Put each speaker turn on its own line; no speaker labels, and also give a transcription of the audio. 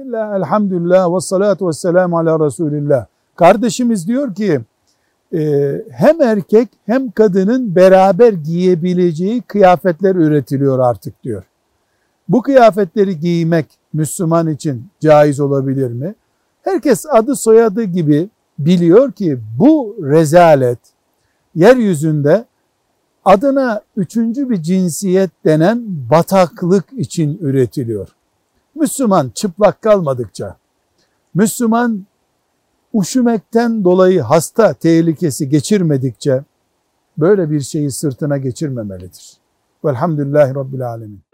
Bismillah, elhamdülillah, ve salatu ve selamu ala Resulillah. Kardeşimiz diyor ki, hem erkek hem kadının beraber giyebileceği kıyafetler üretiliyor artık diyor. Bu kıyafetleri giymek Müslüman için caiz olabilir mi? Herkes adı soyadı gibi biliyor ki bu rezalet yeryüzünde adına üçüncü bir cinsiyet denen bataklık için üretiliyor. Müslüman çıplak kalmadıkça, Müslüman üşümekten dolayı hasta tehlikesi geçirmedikçe böyle bir şeyi sırtına geçirmemelidir. Velhamdülillahi Rabbil Alemin.